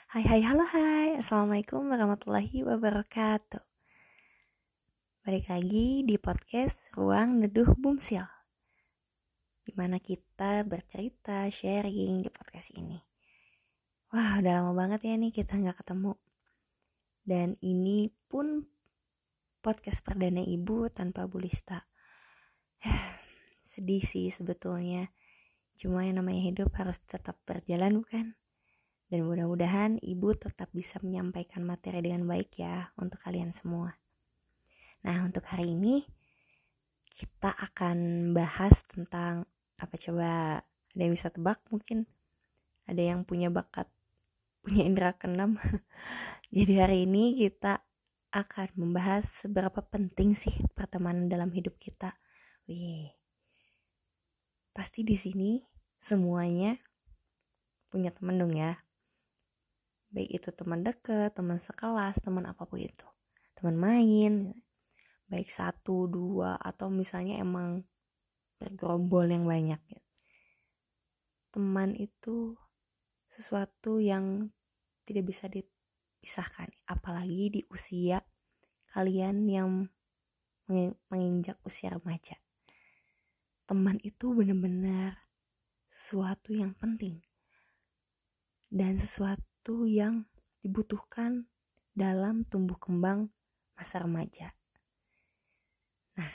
Halo Assalamualaikum warahmatullahi wabarakatuh. Balik lagi di podcast Ruang Neduh Bumsil, dimana kita bercerita, sharing di podcast ini. Wah, udah lama banget ya nih kita gak ketemu. Dan ini pun podcast perdana ibu tanpa Bulista. Sedih sih sebetulnya, cuma yang namanya hidup harus tetap berjalan bukan? Dan mudah-mudahan ibu tetap bisa menyampaikan materi dengan baik ya untuk kalian semua. Nah, untuk hari ini kita akan bahas tentang apa coba? Ada yang bisa tebak mungkin? Ada yang punya bakat, punya indera keenam? Jadi hari ini kita akan membahas seberapa penting sih pertemanan dalam hidup kita. Pasti di sini semuanya punya teman dong ya. Baik itu teman dekat, teman sekelas, teman apapun itu. Teman main, baik 1, 2, atau misalnya emang bergerombol yang banyak. Teman itu sesuatu yang tidak bisa dipisahkan, apalagi di usia kalian yang menginjak usia remaja. Teman itu benar-benar sesuatu yang penting dan sesuatu yang dibutuhkan dalam tumbuh kembang masa remaja. Nah,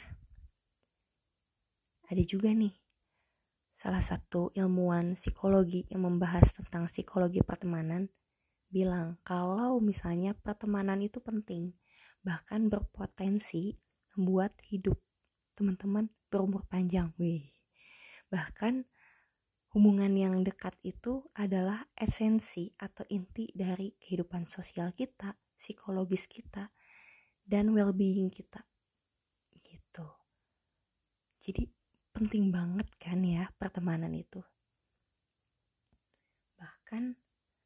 ada juga nih salah satu ilmuwan psikologi yang membahas tentang psikologi pertemanan bilang kalau misalnya pertemanan itu penting, bahkan berpotensi membuat hidup teman-teman berumur panjang. Bahkan hubungan yang dekat itu adalah esensi atau inti dari kehidupan sosial kita, psikologis kita, dan well-being kita. Gitu. Jadi penting banget kan ya pertemanan itu. Bahkan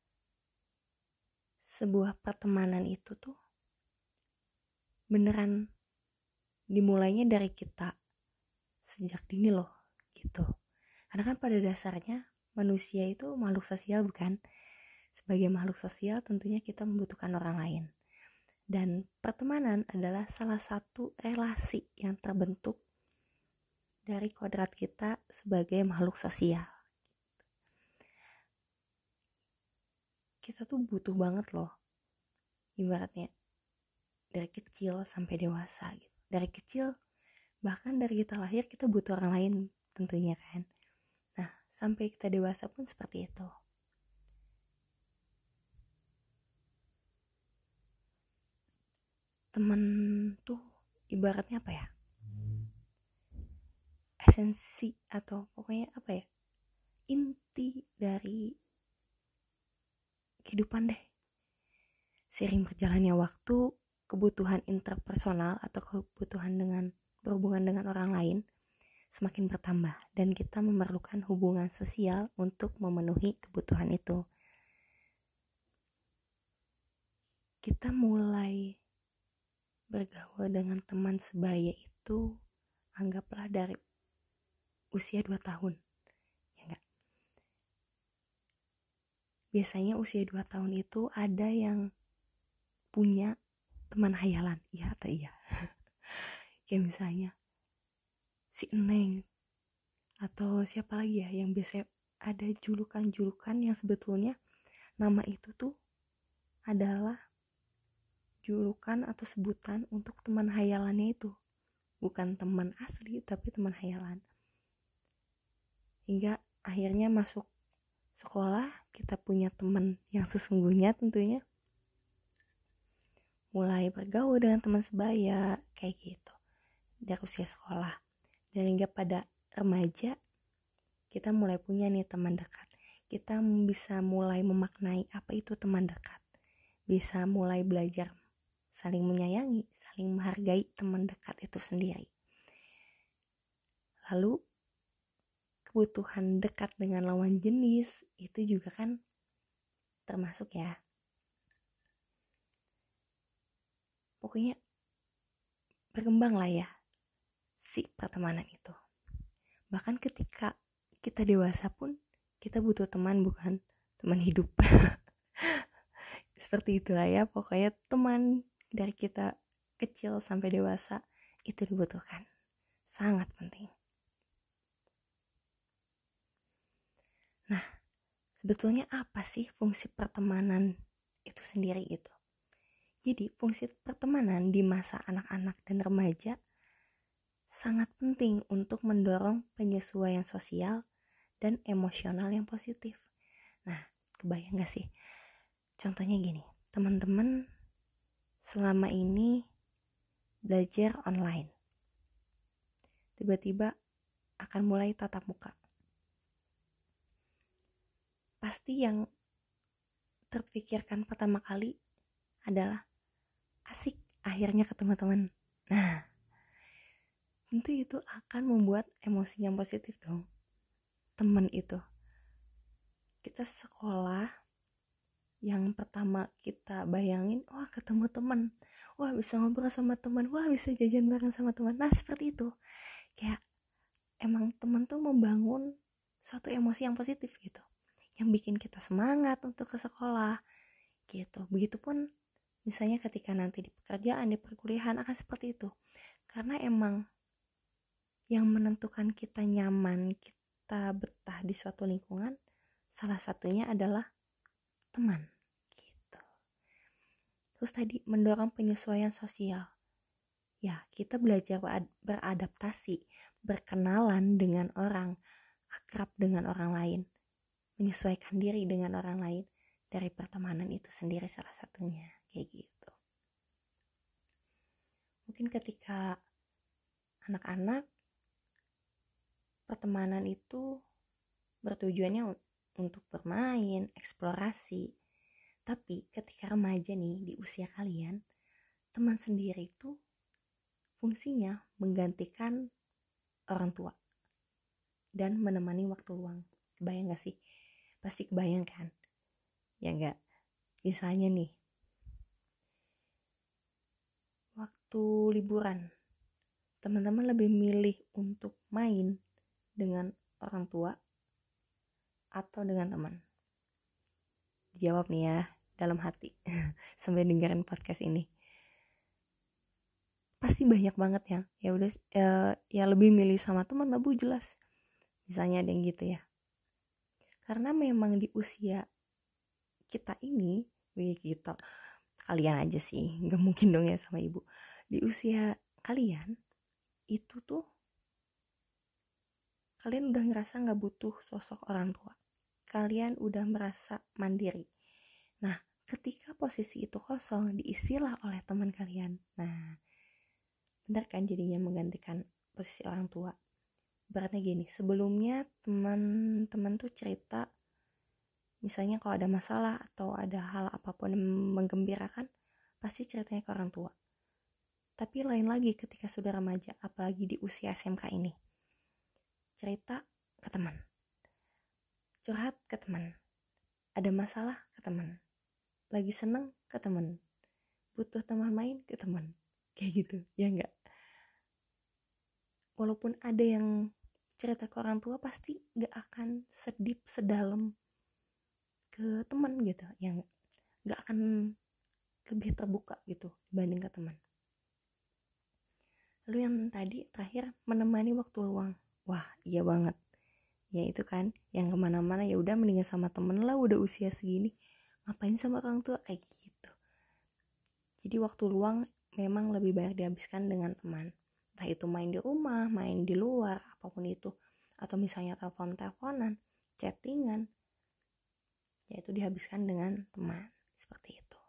sebuah pertemanan itu tuh beneran dimulainya dari kita sejak dini loh gitu. Karena kan pada dasarnya manusia itu makhluk sosial bukan? Sebagai makhluk sosial tentunya kita membutuhkan orang lain. Dan pertemanan adalah salah satu relasi yang terbentuk dari kodrat kita sebagai makhluk sosial. Kita tuh butuh banget loh, ibaratnya dari kecil sampai dewasa gitu. Dari kecil, bahkan dari kita lahir kita butuh orang lain tentunya kan. Nah, sampai kita dewasa pun seperti itu. Teman tuh ibaratnya apa ya? Esensi atau pokoknya apa ya? Inti dari kehidupan deh. Seiring berjalannya waktu, kebutuhan interpersonal atau kebutuhan berhubungan dengan orang lain semakin bertambah dan kita memerlukan hubungan sosial untuk memenuhi kebutuhan itu. Kita mulai bergaul dengan teman sebaya itu anggaplah dari usia 2 tahun. Ya enggak? Biasanya usia 2 tahun itu ada yang punya teman hayalan, iya atau iya? Kayak misalnya si Eneng atau siapa lagi ya yang biasa ada julukan-julukan yang sebetulnya nama itu tuh adalah julukan atau sebutan untuk teman hayalannya itu, bukan teman asli tapi teman hayalan. Hingga akhirnya masuk sekolah kita punya teman yang sesungguhnya tentunya, mulai bergaul dengan teman sebaya kayak gitu dari usia sekolah. Dan hingga pada remaja kita mulai punya nih teman dekat. Kita bisa mulai memaknai apa itu teman dekat. Bisa mulai belajar saling menyayangi, saling menghargai teman dekat itu sendiri. Lalu kebutuhan dekat dengan lawan jenis itu juga kan termasuk ya. Pokoknya berkembang lah ya si pertemanan itu. Bahkan ketika kita dewasa pun kita butuh teman, bukan? Teman hidup. Seperti itulah ya, pokoknya teman dari kita kecil sampai dewasa itu dibutuhkan, sangat penting. Nah, sebetulnya apa sih fungsi pertemanan itu sendiri itu? Jadi fungsi pertemanan di masa anak-anak dan remaja sangat penting untuk mendorong penyesuaian sosial dan emosional yang positif. Nah, kebayang gak sih? Contohnya gini, teman-teman selama ini belajar online. Tiba-tiba akan mulai tatap muka. Pasti yang terpikirkan pertama kali adalah asik akhirnya ketemu teman. Nah, tentu itu akan membuat emosi yang positif dong. Teman itu, kita sekolah, yang pertama kita bayangin, wah ketemu teman, wah bisa ngobrol sama teman, wah bisa jajan bareng sama teman. Nah seperti itu, kayak emang teman tuh membangun suatu emosi yang positif gitu, yang bikin kita semangat untuk ke sekolah gitu. Begitupun misalnya ketika nanti di pekerjaan, di perkuliahan akan seperti itu. Karena emang yang menentukan kita nyaman, kita betah di suatu lingkungan, salah satunya adalah teman gitu. Terus tadi mendorong penyesuaian sosial. Ya, kita belajar beradaptasi, berkenalan dengan orang, akrab dengan orang lain, menyesuaikan diri dengan orang lain. Dari pertemanan itu sendiri salah satunya, kayak gitu. Mungkin ketika anak-anak, pertemanan itu bertujuannya untuk bermain, eksplorasi. Tapi ketika remaja nih, di usia kalian, teman sendiri itu fungsinya menggantikan orang tua dan menemani waktu luang. Kebayang gak sih? Pasti kebayang kan? Ya enggak? Misalnya nih, waktu liburan, teman-teman lebih milih untuk main dengan orang tua atau dengan teman? Jawab nih ya, dalam hati sambil dengerin podcast ini. Pasti banyak banget ya udah ya lebih milih sama teman lah, Bu, jelas. Misalnya ada yang gitu ya. Karena memang di usia kita ini, kita kalian aja sih, nggak mungkin dong ya sama ibu. Di usia kalian itu tuh kalian udah ngerasa nggak butuh sosok orang tua, kalian udah merasa mandiri. Nah, ketika posisi itu kosong, diisilah oleh teman kalian. Nah, benar kan jadinya menggantikan posisi orang tua. Beratnya gini, sebelumnya teman-teman tuh cerita, misalnya kalau ada masalah atau ada hal apapun yang menggembirakan, pasti ceritanya ke orang tua. Tapi lain lagi ketika sudah remaja, apalagi di usia SMK ini. Cerita ke teman, curhat ke teman, ada masalah ke teman, lagi seneng ke teman, butuh teman main ke teman, kayak gitu, ya enggak? Walaupun ada yang cerita ke orang tua, pasti gak akan sedip sedalam ke teman gitu, ya enggak? Gak akan lebih terbuka gitu dibanding ke teman. Lalu yang tadi terakhir, menemani waktu luang. Wah, iya banget. Ya itu kan, yang kemana-mana ya udah mendingan sama temen lah, udah usia segini. Ngapain sama orang tua, kayak gitu. Jadi waktu luang memang lebih banyak dihabiskan dengan teman. Entah itu main di rumah, main di luar, apapun itu. Atau misalnya telepon-teleponan, chattingan. Ya itu dihabiskan dengan teman. Seperti itu.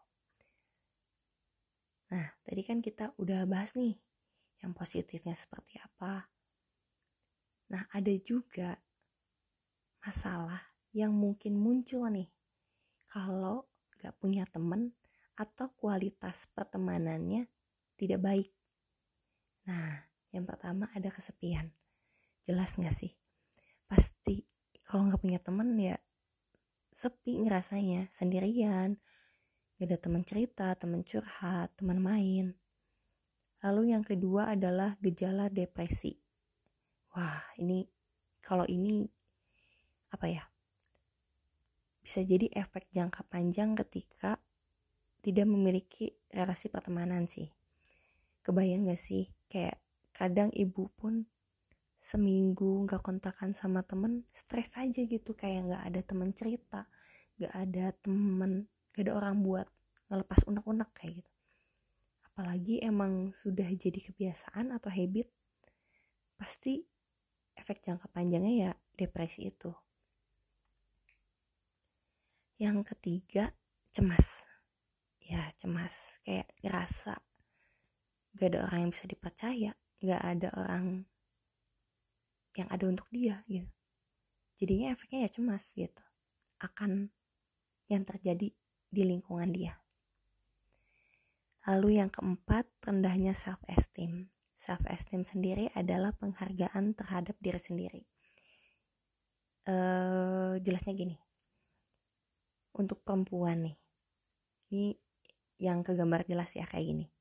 Nah, tadi kan kita udah bahas nih yang positifnya seperti apa. Nah, ada juga masalah yang mungkin muncul nih kalau gak punya teman atau kualitas pertemanannya tidak baik. Nah, yang pertama ada kesepian. Jelas gak sih? Pasti kalau gak punya teman ya sepi ngerasanya, sendirian, gak ada teman cerita, teman curhat, teman main. Lalu yang kedua adalah gejala depresi. Wah, kalau ini apa ya? Bisa jadi efek jangka panjang ketika tidak memiliki relasi pertemanan sih. Kebayang gak sih, kayak kadang ibu pun seminggu gak kontakan sama temen, stres aja gitu, kayak gak ada temen cerita, gak ada temen, gak ada orang buat ngelepas unek-unek kayak gitu. Apalagi emang sudah jadi kebiasaan atau habit, pasti efek jangka panjangnya ya depresi itu. Yang ketiga, cemas. Ya cemas, kayak ngerasa gak ada orang yang bisa dipercaya, gak ada orang yang ada untuk dia gitu. Jadinya efeknya ya cemas gitu akan yang terjadi di lingkungan dia. Lalu yang keempat, rendahnya self esteem. Self esteem sendiri adalah penghargaan terhadap diri sendiri. Jelasnya gini, untuk perempuan nih, ini yang kegambar jelas ya kayak gini.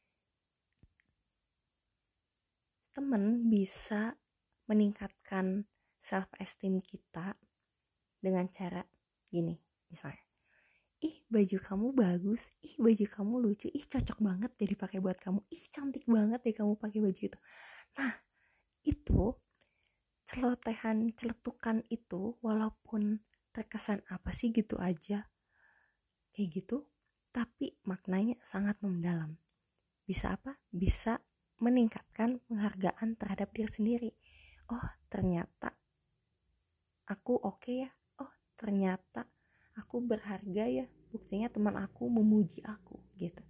Temen bisa meningkatkan self esteem kita dengan cara gini, misalnya, ih baju kamu bagus, ih baju kamu lucu, ih cocok banget jadi pakai buat kamu, ih cantik banget deh kamu pakai baju itu. Nah itu celotehan, celetukan itu walaupun terkesan apa sih gitu aja kayak gitu, tapi maknanya sangat mendalam. Bisa apa? Bisa meningkatkan penghargaan terhadap diri sendiri. Oh ternyata aku oke ya, oh ternyata aku berharga ya, buktinya teman aku memuji aku gitu.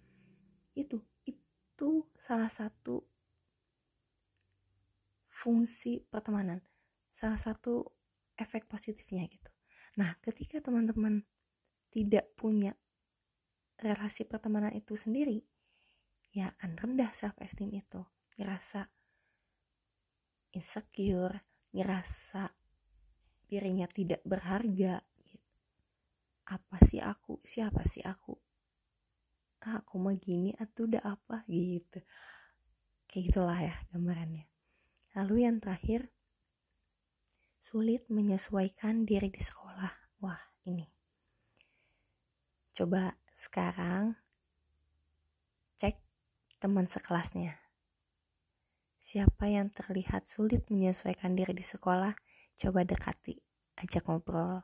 Itu salah satu fungsi pertemanan, salah satu efek positifnya gitu. Nah ketika teman-teman tidak punya relasi pertemanan itu sendiri, ya akan rendah self esteem itu, ngerasa insecure, ngerasa dirinya tidak berharga gitu. Apa sih aku, siapa sih aku mah gini atau udah apa gitu, kayak gitulah ya gambarannya. Lalu yang terakhir, sulit menyesuaikan diri di sekolah. Wah ini, coba sekarang cek teman sekelasnya, siapa yang terlihat sulit menyesuaikan diri di sekolah, coba dekati, ajak ngobrol.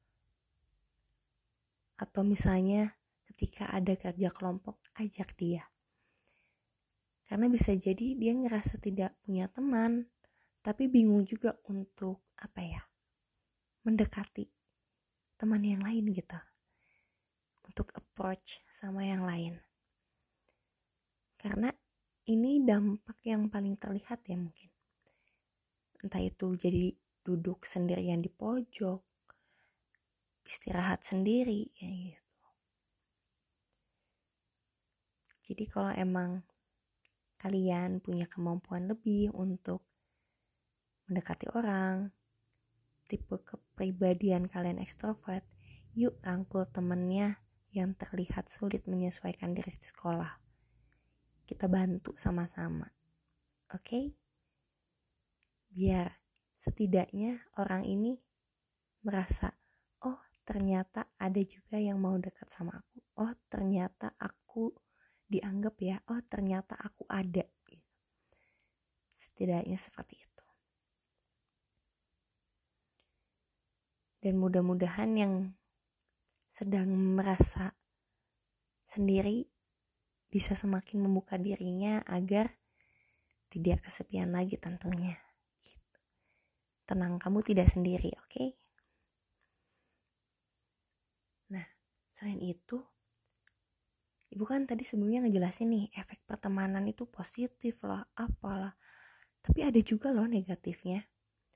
Atau misalnya ketika ada kerja kelompok, ajak dia. Karena bisa jadi dia ngerasa tidak punya teman, tapi bingung juga untuk mendekati teman yang lain gitu, untuk approach sama yang lain. Karena ini dampak yang paling terlihat ya mungkin. Entah itu jadi duduk sendirian di pojok, istirahat sendiri ya gitu. Jadi kalau emang kalian punya kemampuan lebih untuk mendekati orang, tipe kepribadian kalian ekstrovert, yuk rangkul temennya yang terlihat sulit menyesuaikan diri di sekolah. Kita bantu sama-sama, oke? Biar setidaknya orang ini merasa, oh ternyata ada juga yang mau dekat sama aku, oh ternyata aku dianggap ya, oh ternyata aku ada. Setidaknya seperti itu. Dan mudah-mudahan yang sedang merasa sendiri bisa semakin membuka dirinya agar tidak kesepian lagi tentunya. Gitu. Tenang, kamu tidak sendiri, oke? Nah, selain itu, Ibu kan tadi sebelumnya ngejelasin nih, efek pertemanan itu positif lah, apalah. Tapi ada juga loh negatifnya.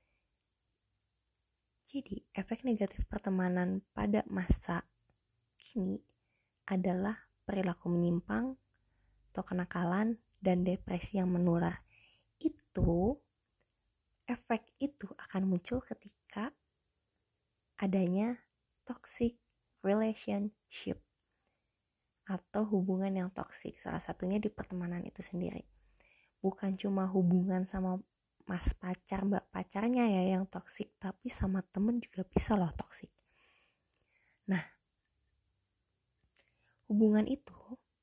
Jadi, efek negatif pertemanan pada masa kini adalah perilaku menyimpang atau kenakalan dan depresi yang menular. Efek itu akan muncul ketika adanya toxic relationship atau hubungan yang toksik. Salah satunya di pertemanan itu sendiri. Bukan cuma hubungan sama mas pacar, mbak pacarnya ya yang toksik, tapi sama temen juga bisa loh toksik. Nah, hubungan itu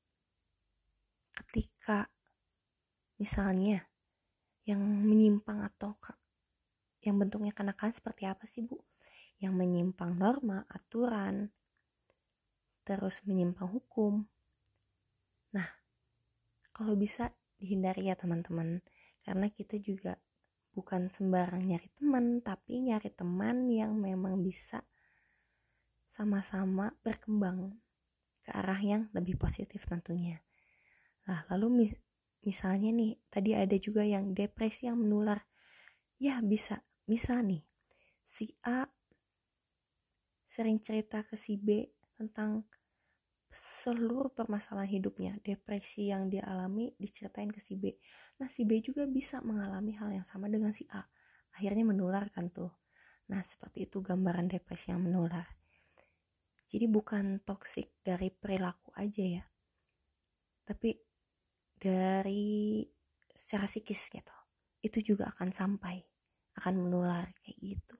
ketika misalnya yang menyimpang atau yang bentuknya kenakalan seperti apa sih Bu? Yang menyimpang norma, aturan, terus menyimpang hukum. Nah, kalau bisa dihindari ya teman-teman, karena kita juga bukan sembarang nyari teman, tapi nyari teman yang memang bisa sama-sama berkembang ke arah yang lebih positif tentunya. Nah, lalu misalnya nih, tadi ada juga yang depresi yang menular. Ya, bisa nih, si A sering cerita ke si B tentang seluruh permasalahan hidupnya, depresi yang dia alami diceritain ke si B. Nah, si B juga bisa mengalami hal yang sama dengan si A. Akhirnya menular kan tuh. Nah, seperti itu gambaran depresi yang menular. Jadi bukan toksik dari perilaku aja ya, tapi dari secara psikis gitu. Itu juga akan menular kayak gitu.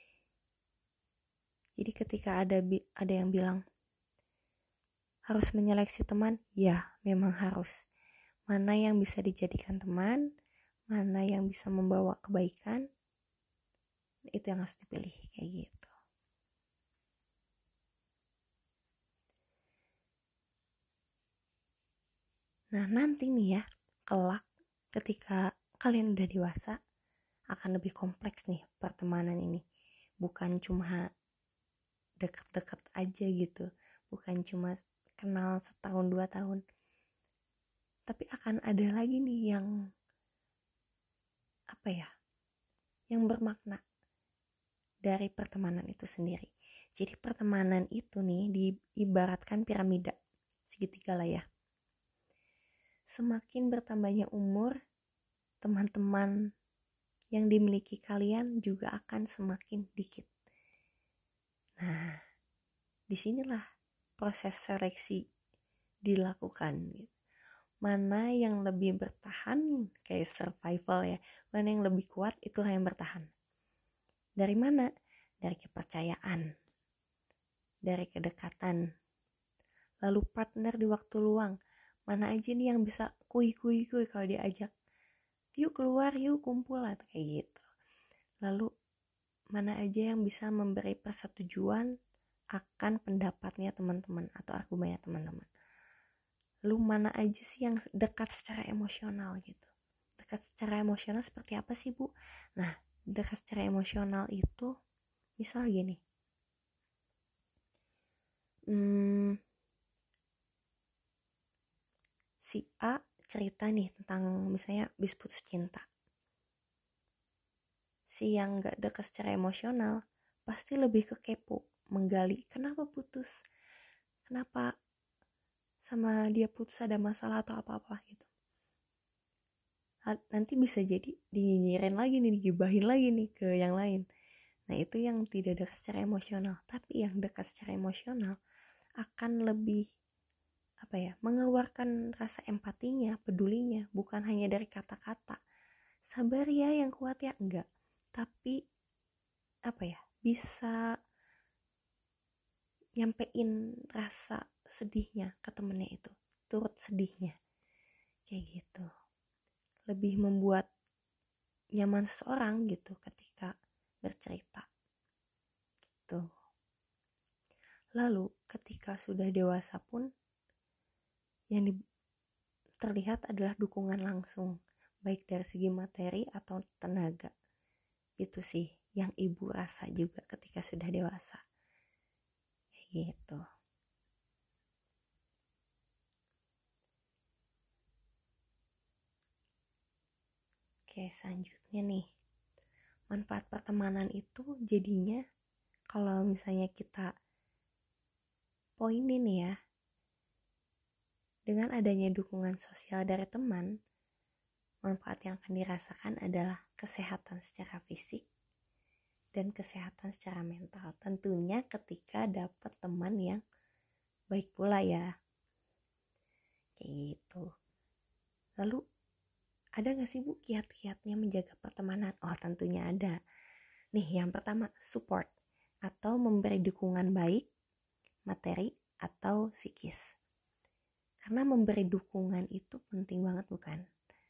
Jadi ketika ada yang bilang harus menyeleksi teman, ya memang harus. Mana yang bisa dijadikan teman, mana yang bisa membawa kebaikan, itu yang harus dipilih kayak gitu. Nah, nanti nih ya, kelak ketika kalian udah dewasa, akan lebih kompleks nih pertemanan ini. Bukan cuma deket-deket aja gitu, bukan cuma kenal setahun 2 tahun, tapi akan ada lagi nih yang yang bermakna dari pertemanan itu sendiri. Jadi pertemanan itu nih diibaratkan piramida segitiga lah ya. Semakin bertambahnya umur, teman-teman yang dimiliki kalian juga akan semakin dikit. Nah, disinilah proses seleksi dilakukan gitu. Mana yang lebih bertahan, kayak survival ya, mana yang lebih kuat, itulah yang bertahan. Dari mana? Dari kepercayaan, dari kedekatan. Lalu partner di waktu luang, mana aja nih yang bisa kuy kalau diajak, yuk keluar, yuk kumpul atau kayak gitu. Lalu mana aja yang bisa memberi persetujuan akan pendapatnya teman-teman atau argumennya teman-teman. Lalu mana aja sih yang dekat secara emosional gitu. Dekat secara emosional seperti apa sih Bu? Nah, dekat secara emosional itu misal gini, si A cerita nih tentang misalnya bis putus cinta. Si yang gak dekat secara emosional pasti lebih ke kepo, menggali kenapa putus, kenapa sama dia putus, ada masalah atau apa-apa gitu. Nanti bisa jadi dinyinyirin lagi nih, digibahin lagi nih ke yang lain. Nah, itu yang tidak dekat secara emosional. Tapi yang dekat secara emosional akan lebih mengeluarkan rasa empatinya, pedulinya, bukan hanya dari kata-kata. Sabar ya, yang kuat ya, enggak. Tapi bisa nyampein rasa sedihnya ke temennya itu, turut sedihnya. Kayak gitu. Lebih membuat nyaman seseorang gitu ketika bercerita. Gitu. Lalu ketika sudah dewasa pun yang terlihat adalah dukungan langsung, baik dari segi materi atau tenaga. Itu sih yang ibu rasa juga ketika sudah dewasa. Kayak gitu. Oke, selanjutnya nih. Manfaat pertemanan itu jadinya kalau misalnya kita poinin ya, dengan adanya dukungan sosial dari teman, manfaat yang akan dirasakan adalah kesehatan secara fisik dan kesehatan secara mental. Tentunya ketika dapat teman yang baik pula ya. Kayak gitu. Lalu ada gak sih Bu kiat-kiatnya menjaga pertemanan? Oh, tentunya ada. Nih, yang pertama support atau memberi dukungan baik, materi atau psikis. Karena memberi dukungan itu penting banget, bukan?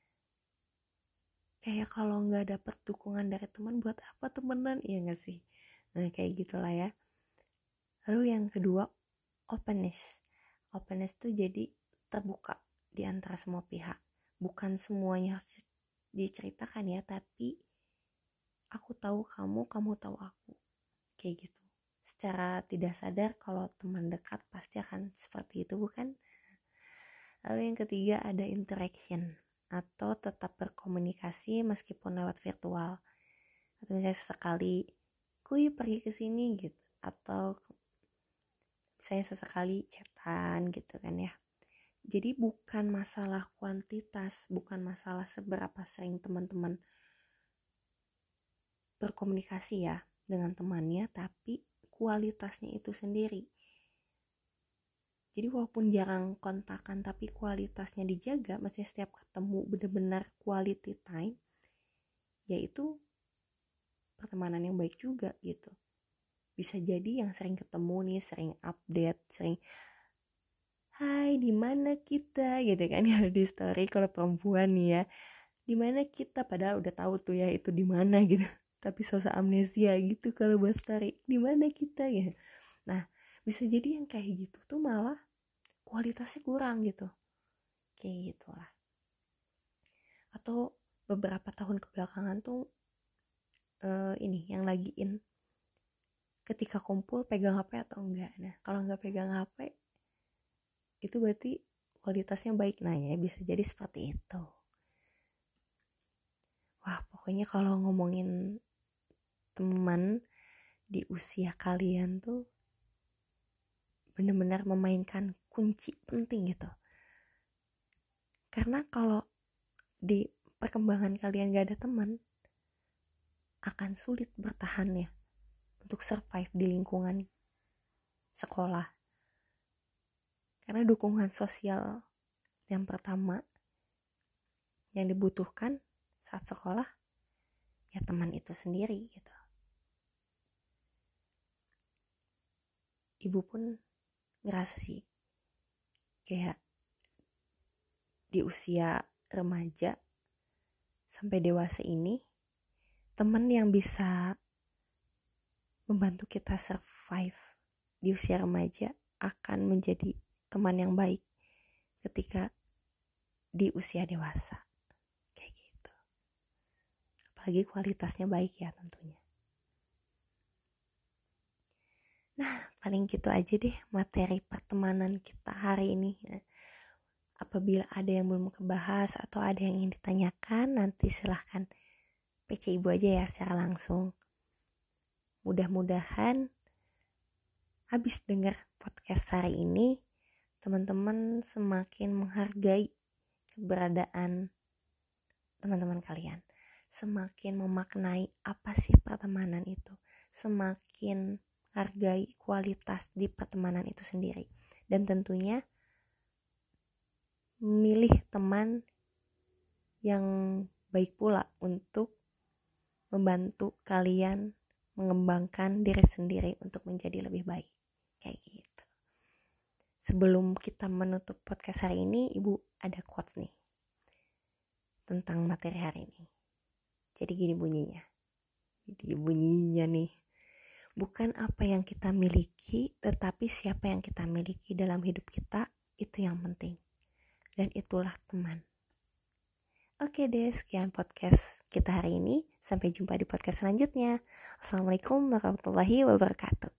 Kayak kalau nggak dapet dukungan dari teman, buat apa temenan? Iya nggak sih? Nah, kayak gitulah ya. Lalu yang kedua, openness. Openness tuh jadi terbuka di antara semua pihak. Bukan semuanya harus diceritakan ya, tapi aku tahu kamu, kamu tahu aku. Kayak gitu. Secara tidak sadar kalau teman dekat pasti akan seperti itu, bukan? Lalu yang ketiga ada interaction atau tetap berkomunikasi meskipun lewat virtual. Atau misalnya sesekali, kuy pergi ke sini gitu. Atau misalnya sesekali chatan gitu kan ya. Jadi bukan masalah kuantitas, bukan masalah seberapa sering teman-teman berkomunikasi ya dengan temannya, tapi kualitasnya itu sendiri. Jadi walaupun jarang kontakan tapi kualitasnya dijaga, maksudnya setiap ketemu benar-benar quality time, yaitu pertemanan yang baik juga gitu. Bisa jadi yang sering ketemu nih, sering update, sering hai di mana kita gitu kan ya di story kalau perempuan nih ya. Di mana kita, padahal udah tahu tuh ya itu di mana gitu. Tapi sosok amnesia gitu kalau buat story. Di mana kita ya. Nah, bisa jadi yang kayak gitu tuh malah kualitasnya kurang gitu. Kayak gitulah. Atau beberapa tahun kebelakangan tuh ini yang lagi in, ketika kumpul pegang HP atau enggak. Nah, kalau enggak pegang HP itu berarti kualitasnya baik. Nah ya, bisa jadi seperti itu. Wah, pokoknya kalau ngomongin teman di usia kalian tuh benar-benar memainkan kunci penting gitu. Karena kalau di perkembangan kalian gak ada teman, akan sulit bertahan ya untuk survive di lingkungan sekolah. Karena dukungan sosial yang pertama yang dibutuhkan saat sekolah ya teman itu sendiri gitu. Ibu pun ngerasa sih kayak di usia remaja sampai dewasa ini, teman yang bisa membantu kita survive di usia remaja akan menjadi teman yang baik ketika di usia dewasa. Kayak gitu. Apalagi kualitasnya baik ya tentunya. Nah, paling gitu aja deh materi pertemanan kita hari ini. Apabila ada yang belum kebahas atau ada yang ingin ditanyakan, nanti silahkan PC Ibu aja ya secara langsung. Mudah-mudahan habis dengar podcast hari ini, teman-teman semakin menghargai keberadaan teman-teman kalian. Semakin memaknai apa sih pertemanan itu. Semakin hargai kualitas di pertemanan itu sendiri. Dan tentunya milih teman yang baik pula untuk membantu kalian mengembangkan diri sendiri untuk menjadi lebih baik. Kayak gitu. Sebelum kita menutup podcast hari ini, Ibu ada quotes nih tentang materi hari ini. Jadi gini bunyinya. Nih. Bukan apa yang kita miliki, tetapi siapa yang kita miliki dalam hidup kita, itu yang penting. Dan itulah teman. Oke deh, sekian podcast kita hari ini. Sampai jumpa di podcast selanjutnya. Assalamualaikum warahmatullahi wabarakatuh.